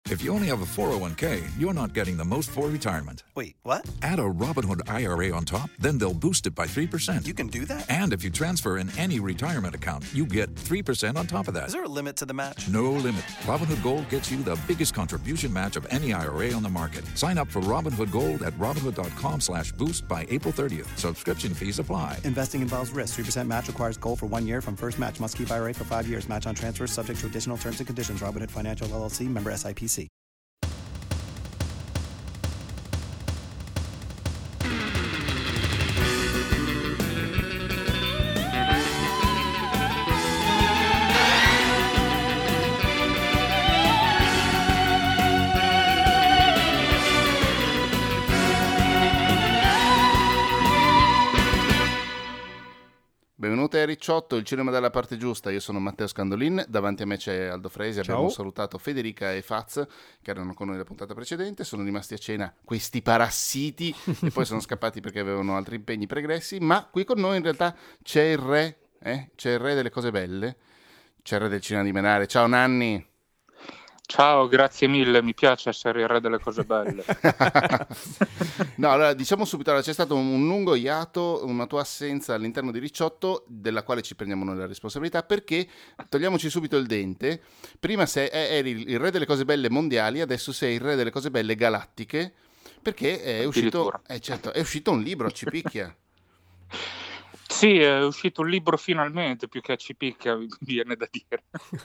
If you only have a 401k, you're not getting the most for retirement. Wait, what? Add a Robinhood IRA on top, then they'll boost it by 3%. You can do that? And if you transfer in any retirement account, you get 3% on top of that. Is there a limit to the match? No limit. Robinhood Gold gets you the biggest contribution match of any IRA on the market. Sign up for Robinhood Gold at Robinhood.com/boost by April 30th. Subscription fees apply. Investing involves risk. 3% match requires gold for 1 year from first match. Must keep IRA for 5 years. Match on transfers subject to additional terms and conditions. Robinhood Financial LLC, member SIPC. Benvenuti a Ricciotto, il cinema dalla parte giusta. Io sono Matteo Scandolin, davanti a me c'è Aldo Fresi. Abbiamo salutato Federica e Faz che erano con noi la puntata precedente, sono rimasti a cena questi parassiti e poi sono scappati perché avevano altri impegni pregressi, ma qui con noi in realtà c'è il re, c'è il re delle cose belle, c'è il re del cinema di Menare. Ciao Nanni! Ciao, grazie mille, mi piace essere il re delle cose belle. No, allora diciamo subito, c'è stato un lungo iato, una tua assenza all'interno di Ricciotto, della quale ci prendiamo noi la responsabilità, perché togliamoci subito il dente. Prima eri il re delle cose belle mondiali, adesso sei il re delle cose belle galattiche, perché è uscito un libro, ci picchia. Sì, è uscito un libro finalmente, più che a Cipicchia, mi viene da dire.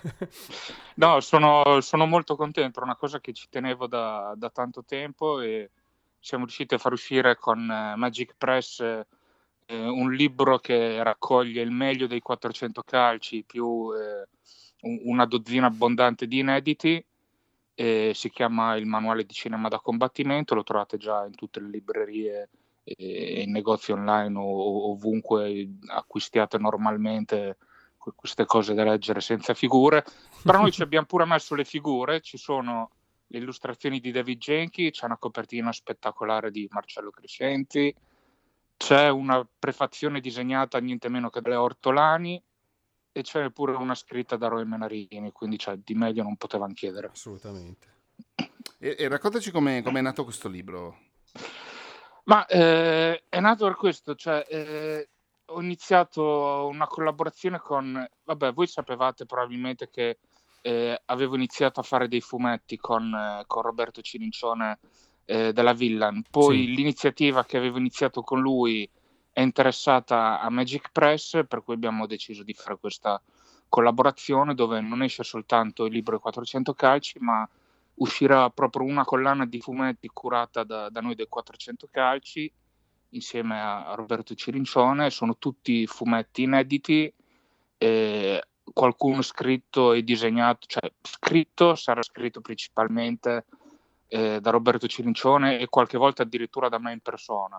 No, sono molto contento, è una cosa che ci tenevo da tanto tempo e siamo riusciti a far uscire con Magic Press un libro che raccoglie il meglio dei 400 calci più una dozzina abbondante di inediti. Si chiama Il manuale di cinema da combattimento, lo trovate già in tutte le librerie e in negozi online o ovunque acquistiate normalmente queste cose da leggere senza figure. Però noi ci abbiamo pure messo le figure, ci sono le illustrazioni di David Genchi, c'è una copertina spettacolare di Marcello Crescenti, c'è una prefazione disegnata niente meno che da Ortolani e c'è pure una scritta da Roy Menarini, quindi di meglio non potevano chiedere. Assolutamente. E raccontaci com'è nato questo libro. Ma è nato per questo, ho iniziato una collaborazione con, voi sapevate probabilmente che avevo iniziato a fare dei fumetti con Roberto Cirincione della Villan, poi l'iniziativa che avevo iniziato con lui è interessata a Magic Press, per cui abbiamo deciso di fare questa collaborazione dove non esce soltanto il libro 400 calci, ma uscirà proprio una collana di fumetti curata da noi dei 400 calci insieme a Roberto Cirincione. Sono tutti fumetti inediti, qualcuno scritto e disegnato, sarà scritto principalmente da Roberto Cirincione e qualche volta addirittura da me in persona.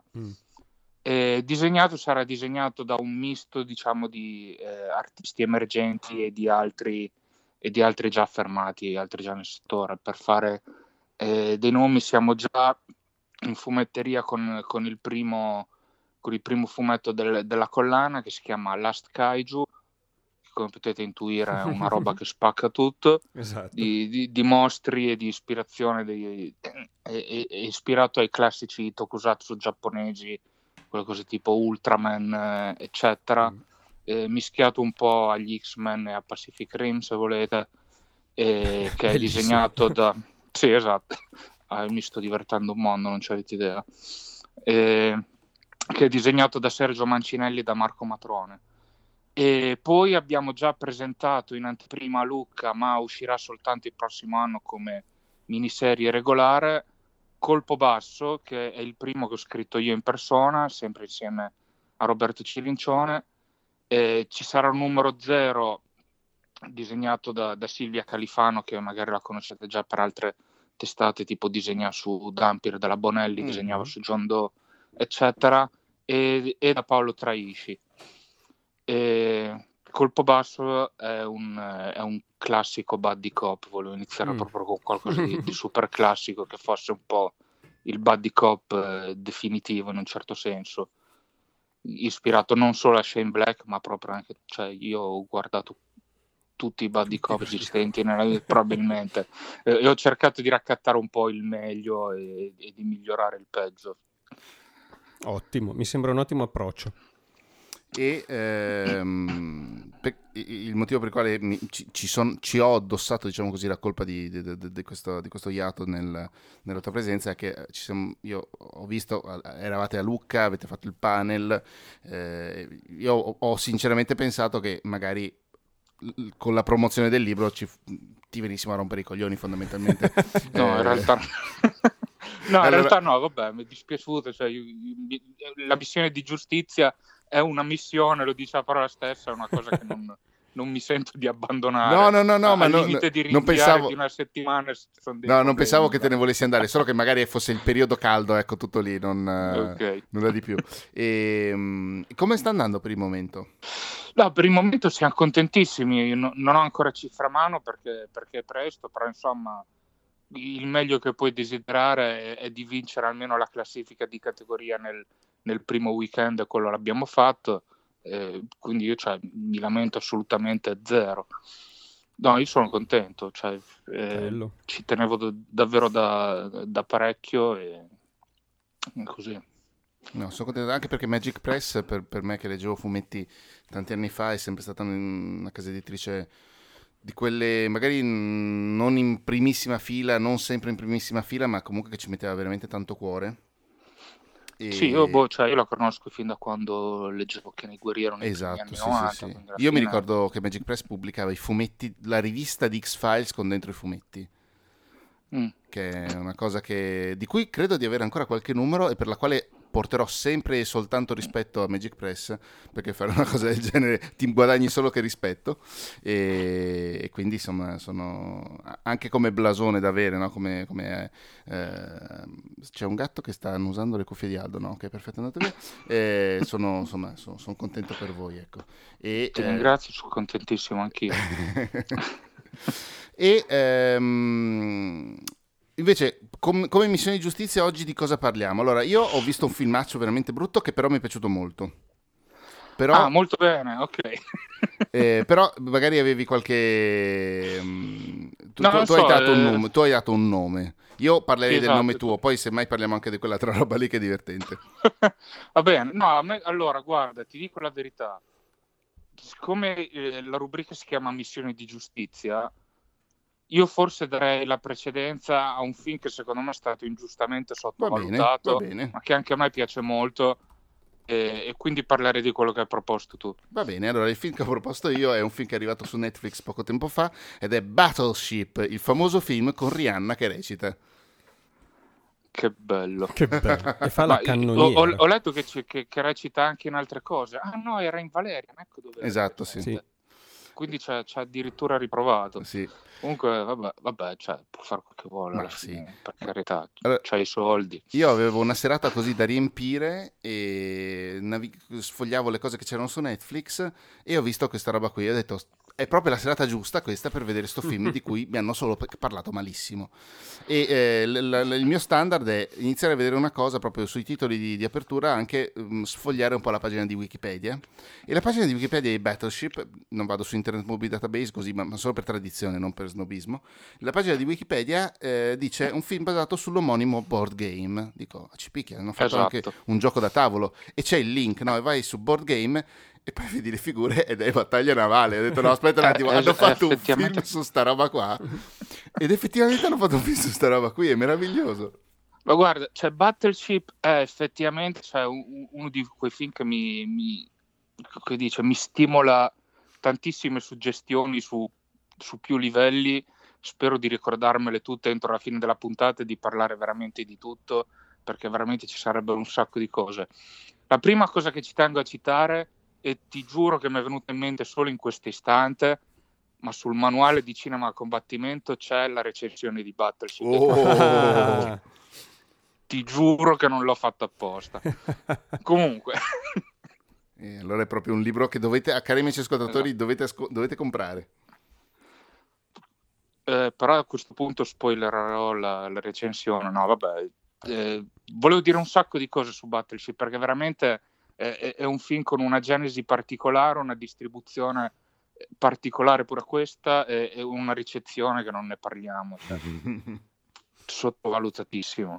Sarà disegnato da un misto, diciamo, di artisti emergenti e di altri già affermati, altri già nel settore. Per fare dei nomi, siamo già in fumetteria con il primo fumetto della collana, che si chiama Last Kaiju, che come potete intuire è una roba che spacca tutto. Esatto. di mostri e di ispirazione, è ispirato ai classici tokusatsu giapponesi, quelle cose tipo Ultraman, eccetera. Mischiato un po' agli X-Men e a Pacific Rim, se volete, che è disegnato da... Sì, esatto, mi sto divertendo un mondo, non c'avete idea. Che è disegnato da Sergio Mancinelli e da Marco Matrone. E poi abbiamo già presentato in anteprima a Lucca, ma uscirà soltanto il prossimo anno come miniserie regolare, Colpo Basso, che è il primo che ho scritto io in persona, sempre insieme a Roberto Cirincione. Ci sarà un numero 0 disegnato da Silvia Califano, che magari la conoscete già per altre testate, tipo disegna su Dampir della Bonelli, disegnava su John Doe, eccetera, e da Paolo Traisci. Colpo Basso è un classico buddy cop, volevo iniziare proprio con qualcosa di super classico, che fosse un po' il buddy cop definitivo in un certo senso, ispirato non solo a Shane Black, ma proprio anche, io ho guardato tutti i buddy cop esistenti probabilmente, e ho cercato di raccattare un po' il meglio e di migliorare il peggio. Ottimo, mi sembra un ottimo approccio. E il motivo per il quale ci ho addossato, diciamo così, la colpa di questo iato nella tua presenza è che io ho visto, eravate a Lucca, avete fatto il panel, io ho sinceramente pensato che magari con la promozione del libro ti venissimo a rompere i coglioni fondamentalmente. No, in realtà no, in realtà no, vabbè, mi è dispiaciuto, cioè, la missione di giustizia è una missione, lo dice la parola stessa, è una cosa che non mi sento di abbandonare. No, ma al limite di non pensavo di una settimana. Non pensavo che te ne volessi andare, solo che magari fosse il periodo caldo, ecco, tutto lì, nulla di più. Come sta andando per il momento? No, per il momento siamo contentissimi, non ho ancora cifra a mano perché è presto, però insomma il meglio che puoi desiderare è di vincere almeno la classifica di categoria nel primo weekend, e quello l'abbiamo fatto, quindi io mi lamento assolutamente zero. No, io sono contento, ci tenevo davvero da parecchio e così. No, sono contento anche perché Magic Press per me, che leggevo fumetti tanti anni fa, è sempre stata una casa editrice di quelle magari non in primissima fila, non sempre in primissima fila, ma comunque che ci metteva veramente tanto cuore. Sì, io la conosco fin da quando leggevo Ken il Guerriero nei primi anni 90. Sì. Io mi ricordo che Magic Press pubblicava i fumetti, la rivista di X-Files con dentro i fumetti, che è una cosa di cui credo di avere ancora qualche numero e per la quale porterò sempre e soltanto rispetto a Magic Press, perché fare una cosa del genere ti guadagni solo che rispetto, e quindi insomma sono anche come blasone da avere, no? Come c'è un gatto che sta annusando le cuffie di Aldo, no? Ok, perfetto, andate via. Sono contento per voi, ecco. Ti ringrazio, sono contentissimo anch'io. E invece, come missione di giustizia oggi di cosa parliamo? Allora, io ho visto un filmaccio veramente brutto che però mi è piaciuto molto. Molto bene, ok. Però magari avevi qualche... Tu hai dato un nome. Io parlerei del nome tuo, poi semmai parliamo anche di quell'altra roba lì che è divertente. Va bene, no, allora, guarda, ti dico la verità. Siccome la rubrica si chiama Missione di giustizia, io forse darei la precedenza a un film che secondo me è stato ingiustamente sottovalutato, ma che anche a me piace molto, e quindi parlerei di quello che hai proposto tu. Va bene, allora il film che ho proposto io è un film che è arrivato su Netflix poco tempo fa ed è Battleship, il famoso film con Rihanna che recita. Che bello. E fa la cannoniera. Ho letto che recita anche in altre cose. Ah no, era in Valerian, ecco dove. Esatto, sì. Quindi ci ha addirittura riprovato. Sì. Comunque, vabbè, può fare quel che vuole alla fine, per carità, allora, c'ha i soldi. Io avevo una serata così da riempire e sfogliavo le cose che c'erano su Netflix e ho visto questa roba qui e ho detto è proprio la serata giusta questa per vedere sto film di cui mi hanno solo parlato malissimo. E il mio standard è iniziare a vedere una cosa proprio sui titoli di apertura, anche sfogliare un po' la pagina di Wikipedia. E la pagina di Wikipedia di Battleship, non vado su Internet Movie Database così, ma solo per tradizione, non per snobismo. La pagina di Wikipedia dice un film basato sull'omonimo board game. Dico, ci picchia, hanno fatto anche un gioco da tavolo e c'è il link, no? E vai su board game e poi vedi le figure ed è battaglia navale. Ho detto no, aspetta un attimo, hanno fatto un film su sta roba qua ed effettivamente hanno fatto un film su sta roba qui, è meraviglioso. Ma guarda, Battleship è effettivamente uno di quei film che mi stimola tantissime suggestioni su più livelli. Spero di ricordarmele tutte entro la fine della puntata e di parlare veramente di tutto, perché veramente ci sarebbero un sacco di cose. La prima cosa che ci tengo a citare, e ti giuro che mi è venuta in mente solo in questo istante, ma sul manuale di cinema a combattimento c'è la recensione di Battleship. Ti giuro che non l'ho fatto apposta. Comunque allora è proprio un libro che dovete, cari amici ascoltatori, dovete comprare. Però a questo punto spoilererò la recensione. No, vabbè, volevo dire un sacco di cose su Battleship, perché veramente è un film con una genesi particolare, una distribuzione particolare pure questa, è una ricezione che non ne parliamo, cioè, sottovalutatissimo.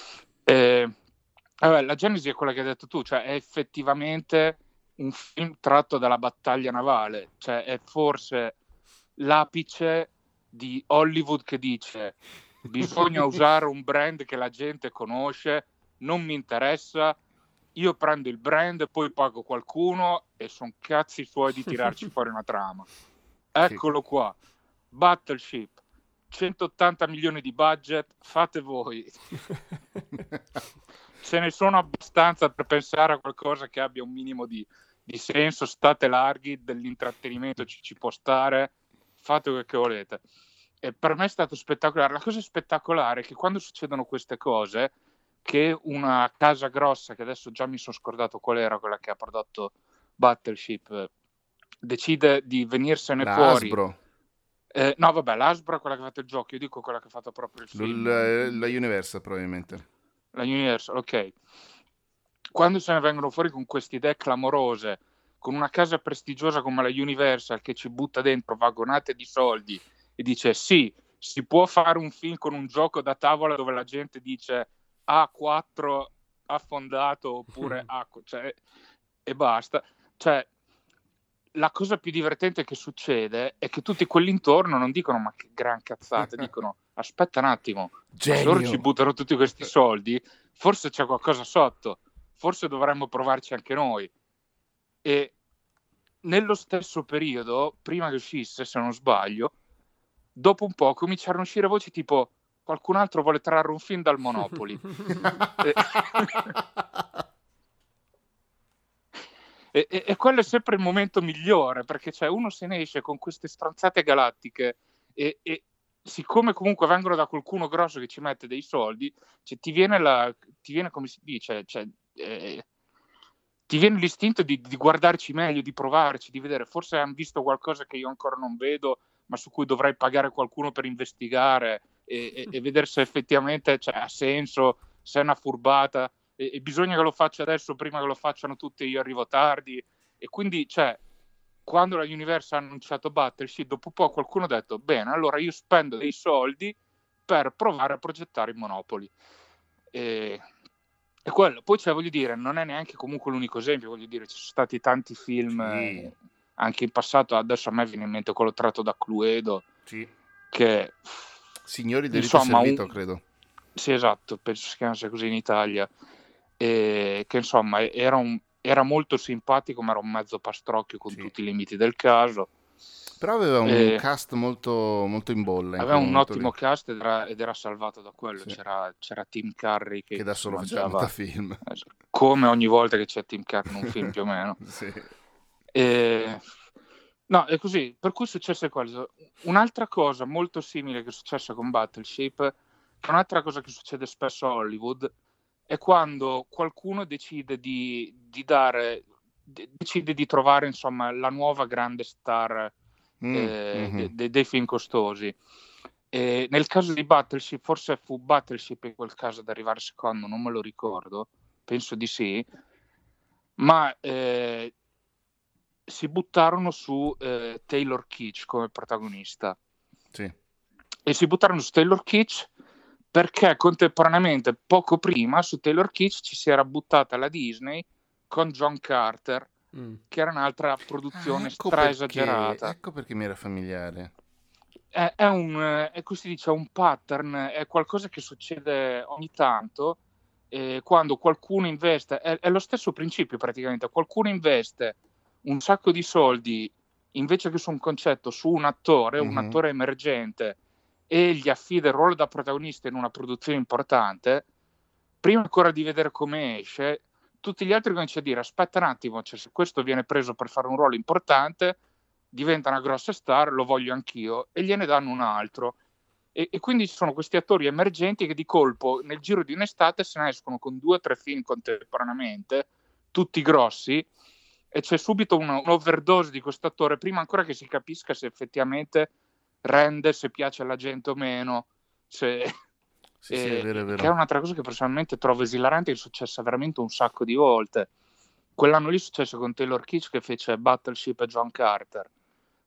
La genesi è quella che hai detto tu, cioè è effettivamente un film tratto dalla battaglia navale, cioè è forse l'apice di Hollywood che dice bisogna usare un brand che la gente conosce, non mi interessa, io prendo il brand, poi pago qualcuno e sono cazzi suoi di tirarci fuori una trama. Eccolo qua, Battleship, 180 milioni di budget, fate voi. Ce ne sono abbastanza per pensare a qualcosa che abbia un minimo di senso, state larghi, dell'intrattenimento ci può stare, fate quel che volete. E per me è stato spettacolare. La cosa spettacolare è che quando succedono queste cose, che una casa grossa, che adesso già mi sono scordato qual era quella che ha prodotto Battleship, decide di venirsene fuori. Hasbro. No, vabbè, l'Hasbro è quella che ha fatto il gioco, io dico quella che ha fatto proprio il film. La Universal, probabilmente. La Universal, ok. Quando se ne vengono fuori con queste idee clamorose, con una casa prestigiosa come la Universal che ci butta dentro vagonate di soldi e dice sì, si può fare un film con un gioco da tavola dove la gente dice A4 affondato oppure acqua, cioè, e basta. Cioè, la cosa più divertente che succede è che tutti quelli intorno non dicono ma che gran cazzata, dicono aspetta un attimo, se loro ci buttano tutti questi soldi, forse c'è qualcosa sotto, forse dovremmo provarci anche noi. E nello stesso periodo, prima che uscisse, se non sbaglio, dopo un po' cominciarono a uscire voci tipo qualcun altro vuole trarre un film dal Monopoly. E quello è sempre il momento migliore, perché cioè, uno se ne esce con queste stronzate galattiche e siccome comunque vengono da qualcuno grosso che ci mette dei soldi, cioè, ti viene come si dice, cioè, ti viene l'istinto di guardarci meglio, di provarci, di vedere, forse hanno visto qualcosa che io ancora non vedo, ma su cui dovrei pagare qualcuno per investigare e vedere se effettivamente cioè, ha senso, se è una furbata. E bisogna che lo faccia adesso prima che lo facciano tutti, io arrivo tardi. E quindi cioè quando la Universal ha annunciato Battleship, dopo un po' qualcuno ha detto bene, allora io spendo dei soldi per provare a progettare il Monopoly e quello, poi cioè, voglio dire, non è neanche comunque l'unico esempio, voglio dire, ci sono stati tanti film anche in passato, adesso a me viene in mente quello tratto da Cluedo che Signori del rito servito, credo. Sì, esatto, penso si chiamasse così in Italia. Che insomma era molto simpatico, ma era un mezzo pastrocchio con tutti i limiti del caso. Però aveva un cast molto, molto in bolla. Aveva un ottimo cast ed era salvato da quello. Sì. C'era Tim Curry che da solo faceva film. Come ogni volta che c'è Tim Curry in un film più o meno. Sì. No, è così. Per cui successe quello. Un'altra cosa molto simile che è successa con Battleship, che è un'altra cosa che succede spesso a Hollywood, è quando qualcuno decide decide di trovare insomma la nuova grande star dei film costosi. Nel caso di Battleship, forse fu Battleship in quel caso ad arrivare secondo, non me lo ricordo, penso di sì, ma si buttarono su Taylor Kitsch come protagonista. Sì. E si buttarono su Taylor Kitsch perché contemporaneamente, poco prima, su Taylor Kitsch ci si era buttata la Disney con John Carter, che era un'altra produzione esagerata. Ecco perché mi era familiare. È come si dice, un pattern, è qualcosa che succede ogni tanto, quando qualcuno investe, è lo stesso principio praticamente, qualcuno investe un sacco di soldi, invece che su un concetto, su un attore emergente, e gli affida il ruolo da protagonista in una produzione importante, prima ancora di vedere come esce, tutti gli altri cominciano a dire aspetta un attimo, cioè, se questo viene preso per fare un ruolo importante, diventa una grossa star, lo voglio anch'io, e gliene danno un altro. E quindi ci sono questi attori emergenti che di colpo, nel giro di un'estate, se ne escono con 2 o 3 film contemporaneamente, tutti grossi, e c'è subito un'overdose di questo attore, prima ancora che si capisca se effettivamente rende, se piace alla gente o meno, sì, è vero. Che è un'altra cosa che personalmente trovo esilarante, che è successa veramente un sacco di volte. Quell'anno lì è successo con Taylor Kitsch che fece Battleship e John Carter.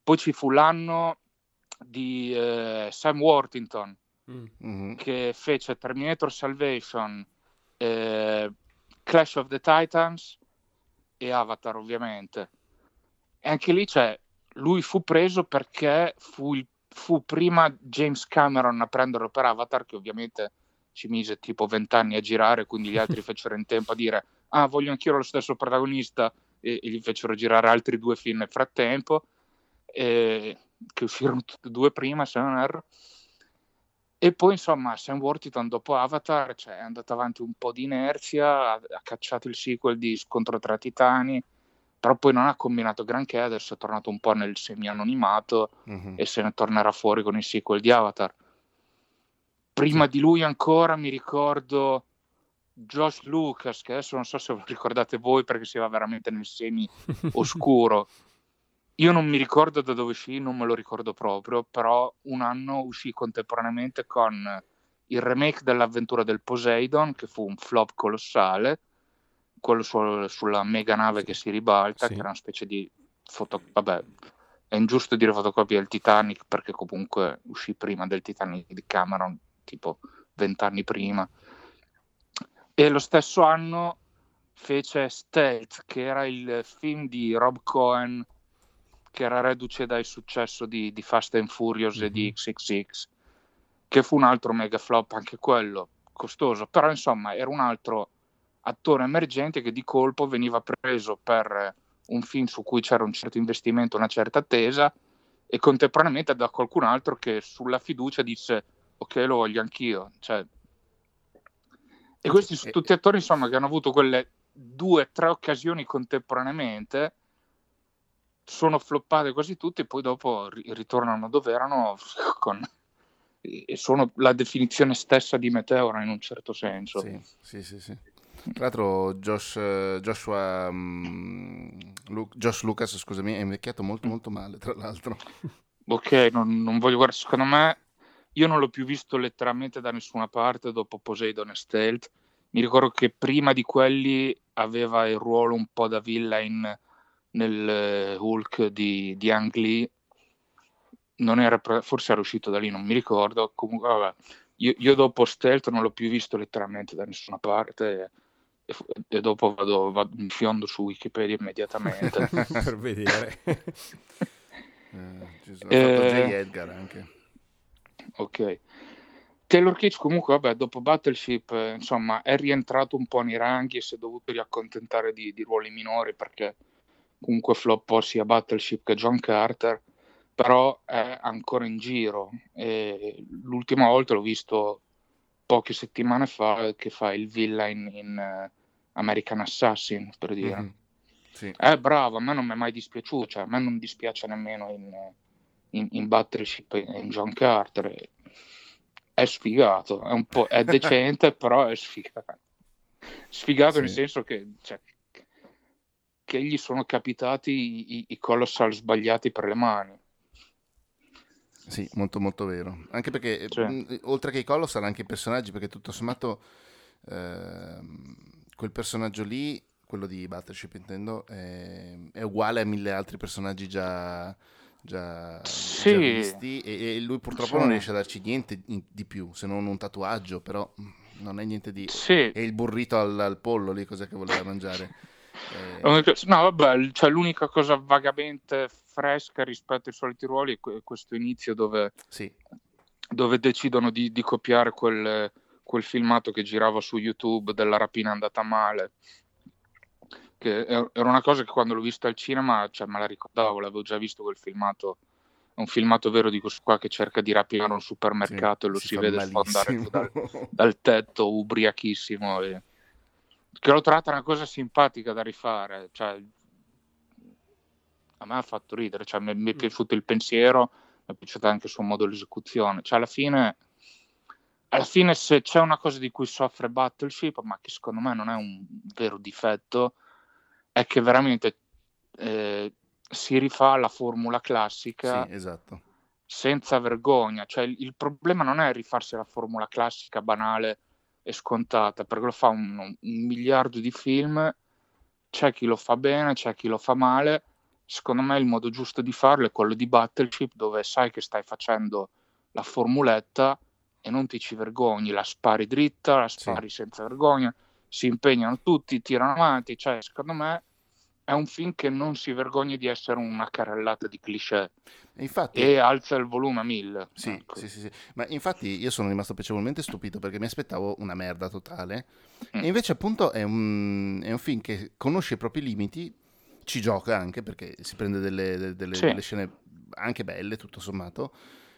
Poi ci fu l'anno di Sam Worthington, che fece Terminator Salvation, Clash of the Titans e Avatar, ovviamente. E anche lì lui fu preso perché fu prima James Cameron a prenderlo per Avatar, che ovviamente ci mise tipo 20 anni a girare, quindi gli altri fecero in tempo a dire voglio anch'io lo stesso protagonista, e gli fecero girare altri 2 film nel frattempo, che uscirono tutti e 2 prima, se non erro. E poi insomma Sam Worthington dopo Avatar è andato avanti un po' di inerzia, ha cacciato il sequel di Scontro tra Titani, però poi non ha combinato granché, adesso è tornato un po' nel semi-anonimato e se ne tornerà fuori con il sequel di Avatar. Prima di lui ancora mi ricordo Josh Lucas, che adesso non so se lo ricordate voi perché si va veramente nel semi-oscuro. Io non mi ricordo da dove uscì, non me lo ricordo proprio, però un anno uscì contemporaneamente con il remake dell'avventura del Poseidon, che fu un flop colossale, quello sulla mega nave che si ribalta, che era una specie di vabbè, è ingiusto dire fotocopia del Titanic perché comunque uscì prima del Titanic di Cameron, tipo 20 anni prima. E lo stesso anno fece Stealth, che era il film di Rob Cohen, che era reduce dal successo di Fast and Furious e di XXX, che fu un altro mega flop, anche quello costoso, però insomma era un altro attore emergente che di colpo veniva preso per un film su cui c'era un certo investimento, una certa attesa, e contemporaneamente da qualcun altro che sulla fiducia disse ok, lo voglio anch'io, e questi sono tutti attori insomma che hanno avuto quelle 2-3 occasioni contemporaneamente, sono floppate quasi tutte e poi dopo ritornano dove erano e sono la definizione stessa di Meteora in un certo senso. Sì. Tra l'altro Josh Lucas, scusami, è invecchiato molto male, tra l'altro. Ok, non voglio guardare, secondo me io non l'ho più visto letteralmente da nessuna parte dopo Poseidon e Stealth. Mi ricordo che prima di quelli aveva il ruolo un po' da villain nel Hulk di Ang Lee, non era forse era uscito da lì, non mi ricordo. Comunque vabbè, io dopo Stealth non l'ho più visto letteralmente da nessuna parte e dopo vado in fiondo su Wikipedia immediatamente per vedere. Ci sono fatto J. Edgar anche. Ok. Taylor Kitsch comunque vabbè, dopo Battleship insomma è rientrato un po' nei ranghi e si è dovuto riaccontentare di ruoli minori perché comunque floppò sia Battleship che John Carter, però è ancora in giro e l'ultima volta l'ho visto poche settimane fa che fa il villain in American Assassin, per dire. Sì. È bravo, a me non mi è mai dispiaciuto, cioè a me non dispiace nemmeno in Battleship e in John Carter. È sfigato, è decente, però è sfigato. Sfigato nel senso che gli sono capitati i colossal sbagliati per le mani. Sì, molto molto vero. Anche perché oltre che i colossal anche i personaggi, perché tutto sommato quel personaggio lì, quello di Battleship intendo, è uguale a 1000 altri personaggi già visti e lui purtroppo non riesce a darci niente di più se non un tatuaggio, però non è niente di... E il burrito al pollo lì, cos'è che voleva mangiare? No vabbè, cioè l'unica cosa vagamente fresca rispetto ai soliti ruoli è questo inizio dove decidono di copiare quel filmato che girava su YouTube della rapina andata male, che era una cosa che quando l'ho visto al cinema me la ricordavo, l'avevo già visto quel filmato. È un filmato vero di questo qua che cerca di rapinare un supermercato e lo si vede sfondare giù dal tetto ubriachissimo che l'ho trovata una cosa simpatica da rifare, cioè a me ha fatto ridere, cioè mi è piaciuto il pensiero, mi è piaciuto anche il suo modo di esecuzione, cioè alla fine se c'è una cosa di cui soffre Battleship, ma che secondo me non è un vero difetto, è che veramente si rifà alla formula classica senza vergogna, cioè il problema non è rifarsi la formula classica banale e scontata, perché lo fa un miliardo di film, c'è chi lo fa bene, c'è chi lo fa male, secondo me il modo giusto di farlo è quello di Battleship, dove sai che stai facendo la formuletta e non ti ci vergogni, la spari dritta, la spari senza vergogna, si impegnano tutti, tirano avanti, cioè secondo me è un film che non si vergogna di essere una carrellata di cliché. Infatti, e alza il volume a 1000. Sì, ecco. sì. Ma infatti io sono rimasto piacevolmente stupito perché mi aspettavo una merda totale. E invece appunto è un film che conosce i propri limiti, ci gioca anche perché si prende delle scene anche belle tutto sommato,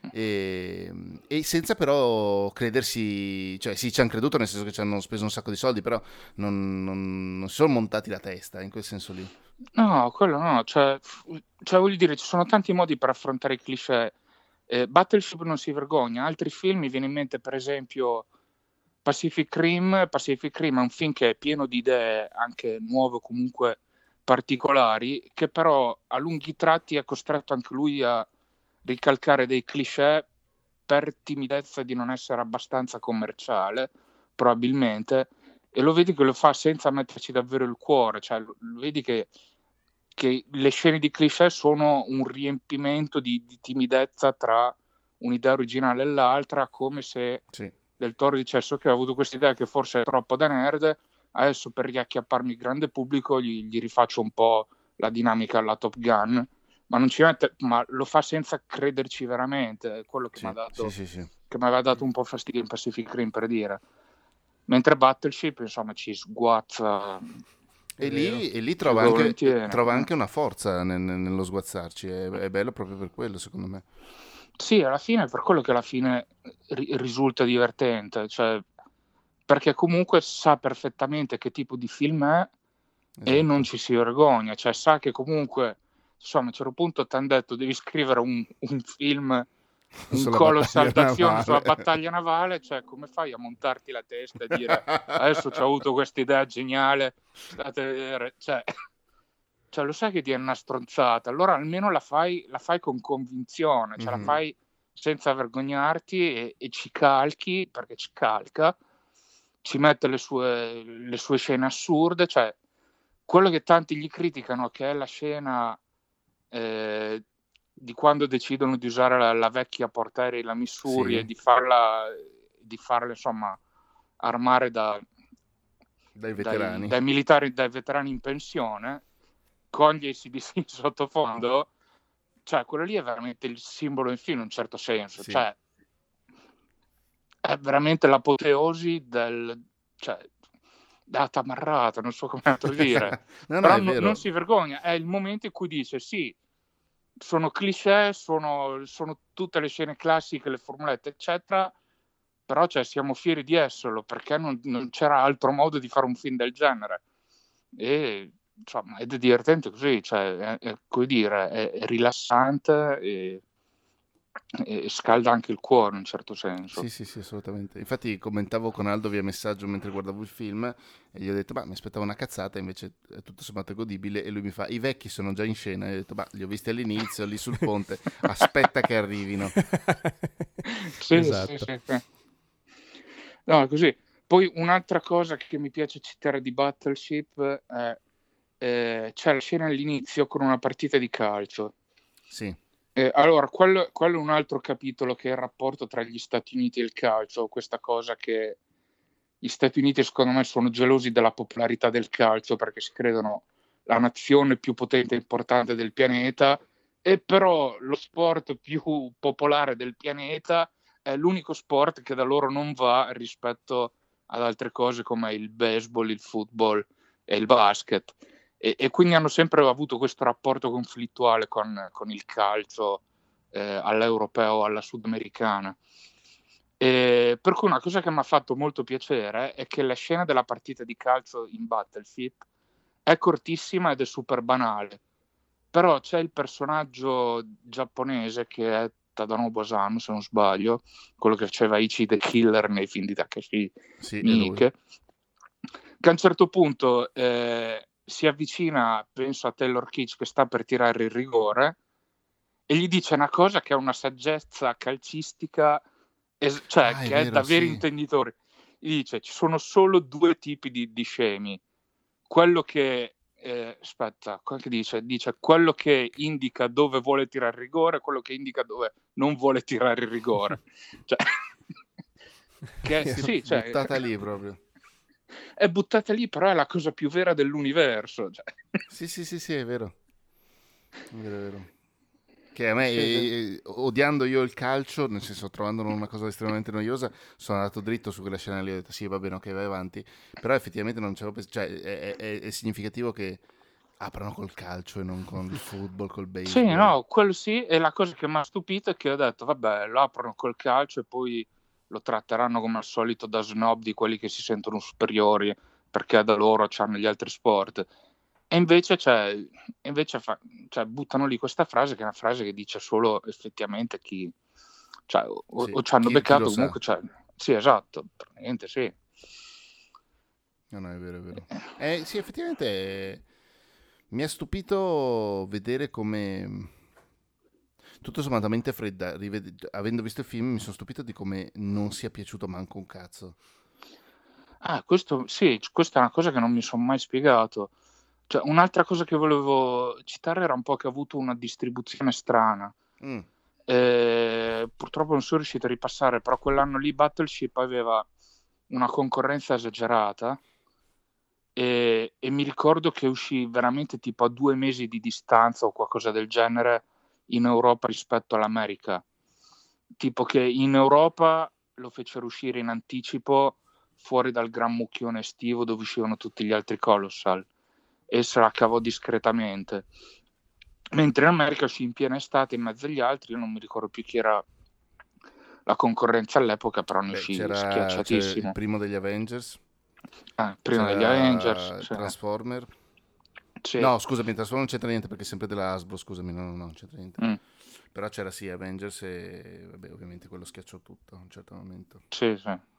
e senza però credersi, cioè sì, ci hanno creduto nel senso che ci hanno speso un sacco di soldi, però non si sono montati la testa in quel senso lì. No, quello no, cioè voglio dire, ci sono tanti modi per affrontare i cliché. Battleship non si vergogna, altri film mi viene in mente per esempio Pacific Rim è un film che è pieno di idee anche nuove, comunque particolari, che però a lunghi tratti è costretto anche lui a ricalcare dei cliché per timidezza di non essere abbastanza commerciale, probabilmente, e lo vedi che lo fa senza metterci davvero il cuore, cioè lo vedi che le scene di cliché sono un riempimento di timidezza tra un'idea originale e l'altra, come se Del Toro dicesse che ho avuto questa idea che forse è troppo da nerd, adesso per riacchiapparmi il grande pubblico gli rifaccio un po' la dinamica alla Top Gun, ma non ci mette, ma lo fa senza crederci veramente, è quello che mi ha dato che mi aveva dato un po' fastidio in Pacific Rim, per dire. Mentre Battleship insomma ci sguazza, e lì trova anche una forza nello sguazzarci, è bello proprio per quello secondo me. Sì, alla fine è per quello che alla fine risulta divertente, cioè perché comunque sa perfettamente che tipo di film è, e non ci si vergogna, cioè sa che comunque insomma a un certo punto ti hanno detto devi scrivere un film, un colossal d'azione sulla battaglia navale, cioè come fai a montarti la testa e dire adesso ho avuto questa idea geniale, state a vedere, cioè lo sai che ti è una stronzata, allora almeno la fai con convinzione, cioè la fai senza vergognarti e ci calchi, perché ci calca, ci mette le sue scene assurde, cioè quello che tanti gli criticano, che è la scena di quando decidono di usare la vecchia portaerei, la Missouri, e di farla insomma armare dai veterani, dai militari, dai veterani in pensione, con gli ACDC in sottofondo, cioè quello lì è veramente il simbolo del film in un certo senso, cioè è veramente l'apoteosi cioè della tamarrata, non so come altro dire. Però non si vergogna, è il momento in cui dice sì, sono cliché, sono tutte le scene classiche, le formulette eccetera, però cioè, siamo fieri di esserlo, perché non c'era altro modo di fare un film del genere, e insomma ed è divertente così, cioè è come dire, è rilassante e scalda anche il cuore in un certo senso. Sì, assolutamente. Infatti commentavo con Aldo via messaggio mentre guardavo il film e gli ho detto mi aspettavo una cazzata, invece è tutto sommato godibile, e lui mi fa i vecchi sono già in scena, e ho detto li ho visti all'inizio lì sul ponte, aspetta che arrivino. Sì, esatto. Sì. No, così. Poi un'altra cosa che mi piace citare di Battleship è c'è la scena all'inizio con una partita di calcio. Sì. Allora, quello è un altro capitolo, che è il rapporto tra gli Stati Uniti e il calcio, questa cosa che gli Stati Uniti secondo me sono gelosi della popolarità del calcio perché si credono la nazione più potente e importante del pianeta, e però lo sport più popolare del pianeta è l'unico sport che da loro non va rispetto ad altre cose come il baseball, il football e il basket. E quindi hanno sempre avuto questo rapporto conflittuale con il calcio all'europeo, alla sudamericana. Per cui una cosa che mi ha fatto molto piacere è che la scena della partita di calcio in Battleship è cortissima ed è super banale, però c'è il personaggio giapponese che è Tadanobu Osamu, se non sbaglio, quello che faceva Ichi the Killer nei film di Takashi Miike, che a un certo punto si avvicina, penso a Taylor Kitsch che sta per tirare il rigore, e gli dice una cosa che è una saggezza calcistica, cioè che è da veri intenditori. Gli dice ci sono solo due tipi di scemi: quello che aspetta, quel che dice quello che indica dove vuole tirare il rigore, quello che indica dove non vuole tirare il rigore. Cioè, sì, cioè, buttata lì proprio. È buttata lì, però è la cosa più vera dell'universo. Cioè. Sì, è vero. È vero. Che a me, odiando io il calcio, nel senso trovandolo una cosa estremamente noiosa, sono andato dritto su quella scena lì, ho detto sì, va bene, ok, vai avanti. Però effettivamente non c'avevo pensato, cioè è significativo che aprano col calcio e non con il football, col baseball. Sì, no, quello sì, e la cosa che mi ha stupito è che ho detto, vabbè, lo aprono col calcio e poi lo tratteranno come al solito da snob di quelli che si sentono superiori perché da loro c'hanno gli altri sport. E invece, buttano lì questa frase che è una frase che dice solo effettivamente chi, cioè, o ci hanno beccato comunque, cioè, sì, esatto, praticamente sì. No, è vero. Sì, effettivamente mi ha stupito vedere come, tutto sommatamente fredda, avendo visto il film mi sono stupito di come non sia piaciuto manco un cazzo. Questo è una cosa che non mi sono mai spiegato. Cioè, un'altra cosa che volevo citare era un po' che ha avuto una distribuzione strana. Purtroppo non sono riuscito a ripassare, però quell'anno lì Battleship aveva una concorrenza esagerata e mi ricordo che uscì veramente tipo a 2 mesi di distanza o qualcosa del genere in Europa rispetto all'America. Tipo che in Europa lo fecero uscire in anticipo fuori dal gran mucchione estivo dove uscivano tutti gli altri Colossal e se la cavò discretamente, mentre in America uscì in piena estate in mezzo agli altri. Io non mi ricordo più chi era la concorrenza all'epoca, però ne uscì schiacciatissimo. C'era il primo degli Avengers, degli Avengers, Transformer. Sì. No, scusami, Transformer non c'entra niente perché è sempre della Hasbro, scusami, no, non c'entra niente. Però c'era sì Avengers e vabbè, ovviamente quello schiacciò tutto a un certo momento. Sì.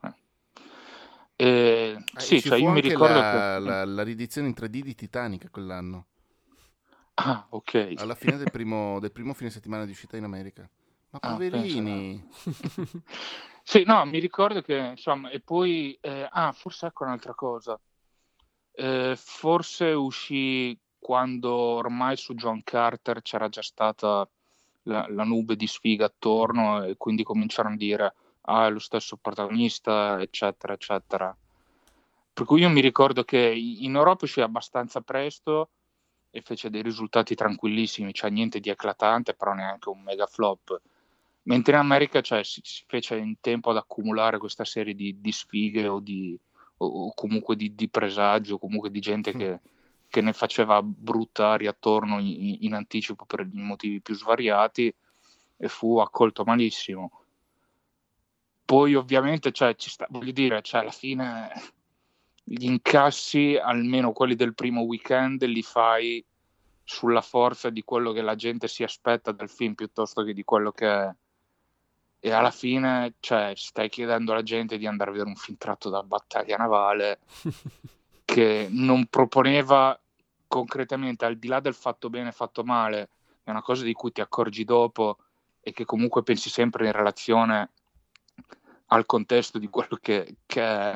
Cioè io mi ricordo la riedizione in 3D di Titanic quell'anno. Ok. Alla fine del primo fine settimana di uscita in America. Ma poverini. Sì, no, mi ricordo che insomma, e poi forse ecco un'altra cosa. Forse uscì quando ormai su John Carter c'era già stata la nube di sfiga attorno e quindi cominciarono a dire è lo stesso protagonista, eccetera, eccetera. Per cui io mi ricordo che in Europa uscì abbastanza presto e fece dei risultati tranquillissimi, cioè niente di eclatante, però neanche un mega flop. Mentre in America si fece in tempo ad accumulare questa serie di sfighe o comunque di presagi o comunque di gente che ne faceva brutta aria attorno in anticipo per i motivi più svariati e fu accolto malissimo. Poi ovviamente voglio dire, alla fine gli incassi, almeno quelli del primo weekend, li fai sulla forza di quello che la gente si aspetta dal film piuttosto che di quello che è. E alla fine stai chiedendo alla gente di andare a vedere un film tratto da battaglia navale che non proponeva concretamente, al di là del fatto bene fatto male, è una cosa di cui ti accorgi dopo e che comunque pensi sempre in relazione al contesto di quello che è.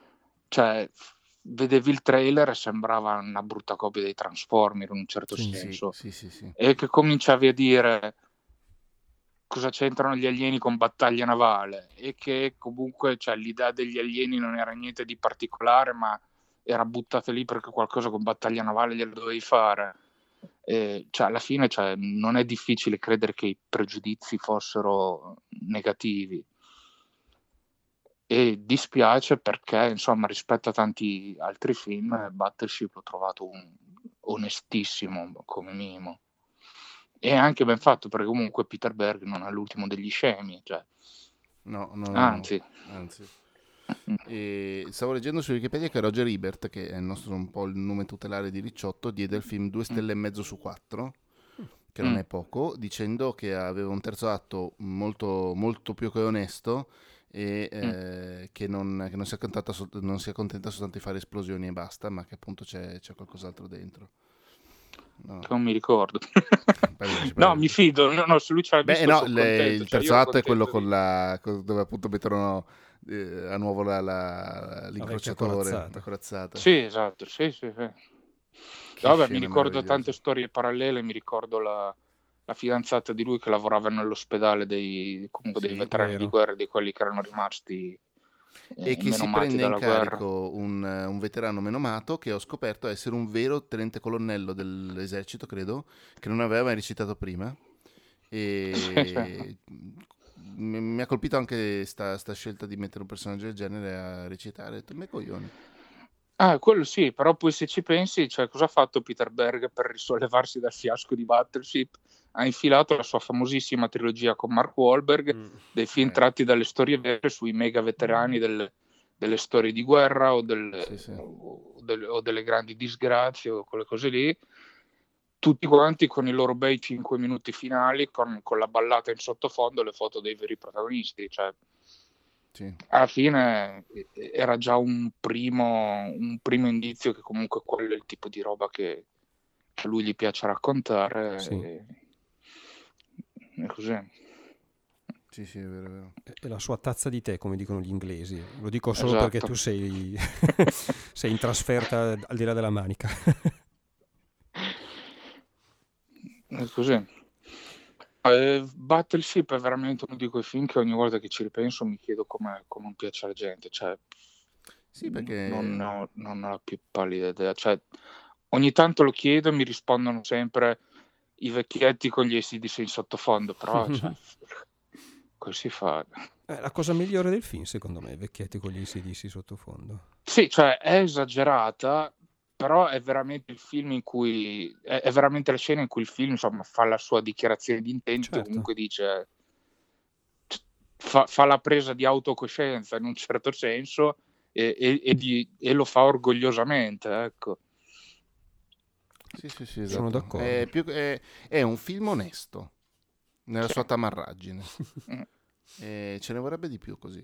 Vedevi il trailer e sembrava una brutta copia dei Transformer in un certo senso. Sì. E che cominciavi a dire cosa c'entrano gli alieni con battaglia navale e che comunque l'idea degli alieni non era niente di particolare, ma era buttata lì perché qualcosa con battaglia navale glielo dovevi fare. Alla fine non è difficile credere che i pregiudizi fossero negativi. E dispiace perché, insomma, rispetto a tanti altri film, Battleship l'ho trovato onestissimo come minimo. E anche ben fatto, perché comunque Peter Berg non è l'ultimo degli scemi. No. Anzi. E stavo leggendo su Wikipedia che Roger Ebert, che è un po' il nome tutelare di Ricciotto, diede al film 2 stelle e mezzo su 4, che non è poco, dicendo che aveva un terzo atto molto, molto più che onesto e che non si accontenta soltanto di fare esplosioni e basta, ma che appunto c'è qualcos'altro dentro. No. Che non mi ricordo. No, mi fido. No, se lui c'ha visto, il terzo atto è quello dove appunto mettono a nuovo l'incrociatore, la corazzata. Sì, esatto, sì. Vabbè, mi ricordo tante storie parallele, mi ricordo la fidanzata di lui che lavorava nell'ospedale dei veterani di guerra, di quelli che erano rimasti e che si prende in carico un veterano menomato che ho scoperto essere un vero tenente colonnello dell'esercito, credo, che non aveva mai recitato prima. E mi ha colpito anche sta scelta di mettere un personaggio del genere a recitare. Ho detto, me coglioni. Quello sì, però poi se ci pensi, cioè, cosa ha fatto Peter Berg per risollevarsi dal fiasco di Battleship? Ha infilato la sua famosissima trilogia con Mark Wahlberg, dei film tratti dalle storie vere sui mega veterani delle storie di guerra o delle grandi disgrazie o quelle cose lì, tutti quanti con i loro bei 5 minuti finali, con la ballata in sottofondo, le foto dei veri protagonisti, cioè alla fine era già un primo indizio che comunque quello è il tipo di roba che a lui gli piace raccontare. E così. Sì, è vero. È la sua tazza di tè, come dicono gli inglesi. Lo dico solo perché tu sei in trasferta al di là della manica. È così. Battleship è veramente uno di quei film che ogni volta che ci ripenso mi chiedo come non piace alla gente, cioè perché non ho la più pallida idea, cioè ogni tanto lo chiedo e mi rispondono sempre i vecchietti con gli AC/DC in sottofondo, però cioè, come si fa? La cosa migliore del film secondo me, i vecchietti con gli AC/DC sottofondo. Sì, cioè è esagerata, però è veramente il film in cui è veramente la scena in cui il film, insomma, fa la sua dichiarazione di intento, comunque dice fa la presa di autocoscienza in un certo senso e lo fa orgogliosamente, ecco. Sì, esatto. Sono d'accordo. È un film onesto nella sua tamarraggine. Ce ne vorrebbe di più così.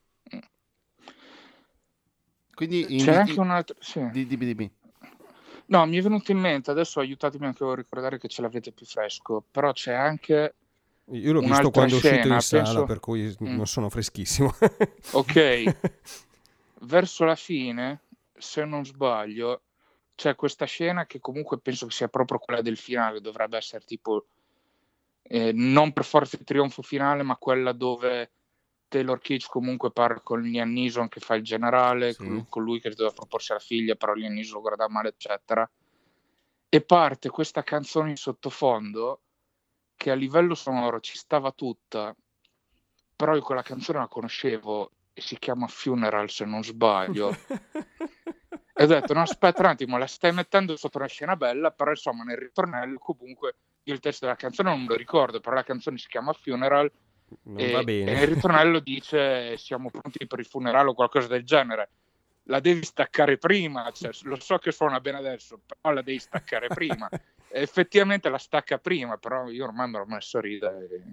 Quindi c'è anche un altro. Dimmi. No, mi è venuto in mente, adesso aiutatemi anche a ricordare che ce l'avete più fresco, però c'è anche. Io l'ho visto quando è uscito in sala, per cui non sono freschissimo. Ok, verso la fine, se non sbaglio, c'è questa scena che comunque penso che sia proprio quella del finale, dovrebbe essere tipo non per forza il trionfo finale, ma quella dove Taylor Kitsch comunque parla con Liam Neeson che fa il generale, con lui che doveva proporsi alla figlia, però Liam Neeson lo guarda male, eccetera, e parte questa canzone in sottofondo che a livello sonoro ci stava tutta, però io quella canzone la conoscevo e si chiama Funeral, se non sbaglio. E ho detto, no, aspetta un attimo, la stai mettendo sotto una scena bella, però insomma nel ritornello comunque io il testo della canzone non me lo ricordo, però la canzone si chiama Funeral va bene. E nel ritornello dice siamo pronti per il funerale o qualcosa del genere. La devi staccare prima, cioè, lo so che suona bene adesso, però la devi staccare prima. E effettivamente la stacca prima, però io ormai me l'ho messo a ridere.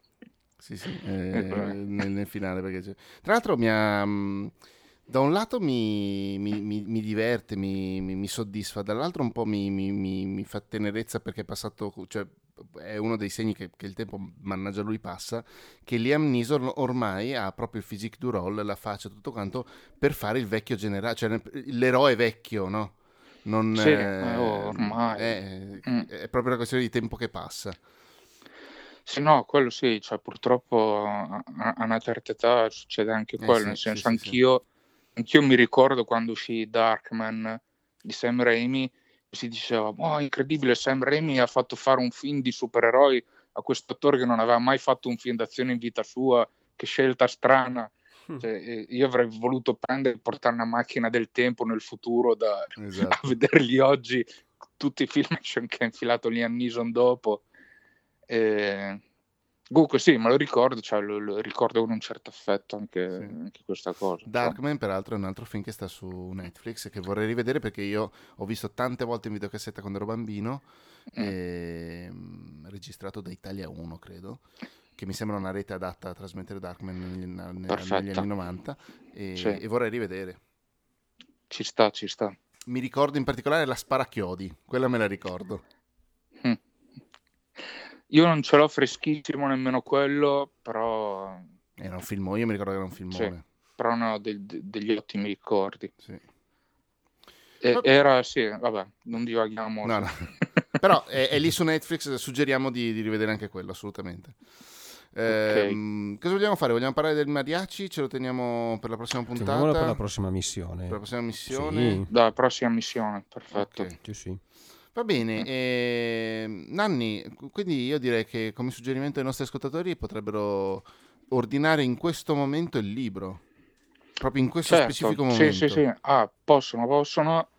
Nel finale, perché tra l'altro da un lato mi diverte, mi soddisfa, dall'altro un po' mi fa tenerezza perché è passato, cioè è uno dei segni che il tempo, mannaggia lui, passa, che Liam Neeson ormai ha proprio il physique du role, la faccia, tutto quanto, per fare il vecchio generale, cioè l'eroe vecchio, no? Non, ormai è proprio una questione di tempo che passa. Sì, no, quello sì, cioè purtroppo a una certa età succede anche quello, nel senso anch'io mi ricordo quando uscì Darkman di Sam Raimi, si diceva, incredibile, Sam Raimi ha fatto fare un film di supereroi a questo attore che non aveva mai fatto un film d'azione in vita sua, che scelta strana. Cioè, io avrei voluto portare una macchina del tempo nel futuro a vederli oggi, tutti i film action che ha infilato Liam Neeson dopo. Comunque sì, me lo ricordo, cioè lo ricordo con un certo affetto anche questa cosa. Darkman peraltro è un altro film che sta su Netflix che vorrei rivedere perché io ho visto tante volte in videocassetta quando ero bambino, registrato da Italia 1 credo, che mi sembra una rete adatta a trasmettere Darkman negli anni 90 e vorrei rivedere. Ci sta. Mi ricordo in particolare la sparachiodi, quella me la ricordo. Io non ce l'ho freschissimo nemmeno quello, però era un filmone, io mi ricordo che era un filmone. Però no, degli ottimi ricordi. Era, sì, vabbè, non divaghiamo. No. Però è lì su Netflix, suggeriamo di rivedere anche quello, assolutamente. Okay. Cosa vogliamo fare? Vogliamo parlare del mariachi? Ce lo teniamo per la prossima puntata? Teniamolo per la prossima missione. Per la prossima missione? Sì. Dalla prossima missione, perfetto. Okay. Sì. Va bene. Nanni, quindi io direi che come suggerimento ai nostri ascoltatori potrebbero ordinare in questo momento il libro. Proprio in questo specifico momento. Sì. Possono.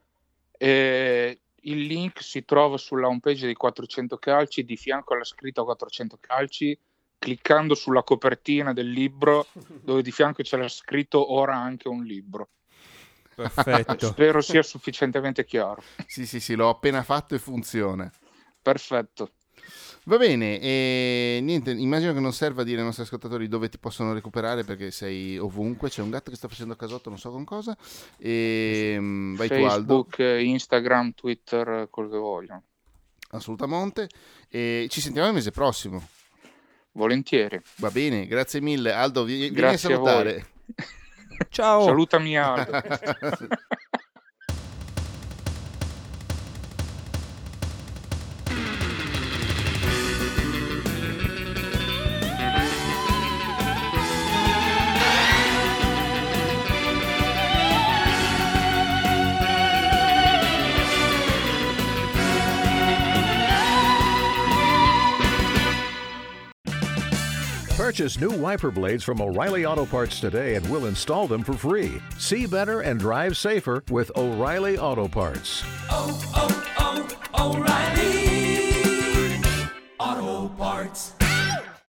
Il link si trova sulla homepage di 400 calci, di fianco alla scritta 400 calci, cliccando sulla copertina del libro, dove di fianco c'era scritto ora anche un libro. Perfetto. Spero sia sufficientemente chiaro. Sì, l'ho appena fatto e funziona. Perfetto. Va bene, e niente, immagino che non serva dire ai nostri ascoltatori dove ti possono recuperare, perché sei ovunque, c'è un gatto che sta facendo casotto, non so con cosa, e vai Facebook, tu, Aldo. Instagram, Twitter, quello che vogliono. Assolutamente, e ci sentiamo il mese prossimo. Volentieri. Va bene, grazie mille. Aldo, vieni Grazie a salutare. Ciao. Salutami Aldo. Purchase new wiper blades from O'Reilly Auto Parts today and we'll install them for free. See better and drive safer with O'Reilly Auto Parts. O'Reilly Auto Parts.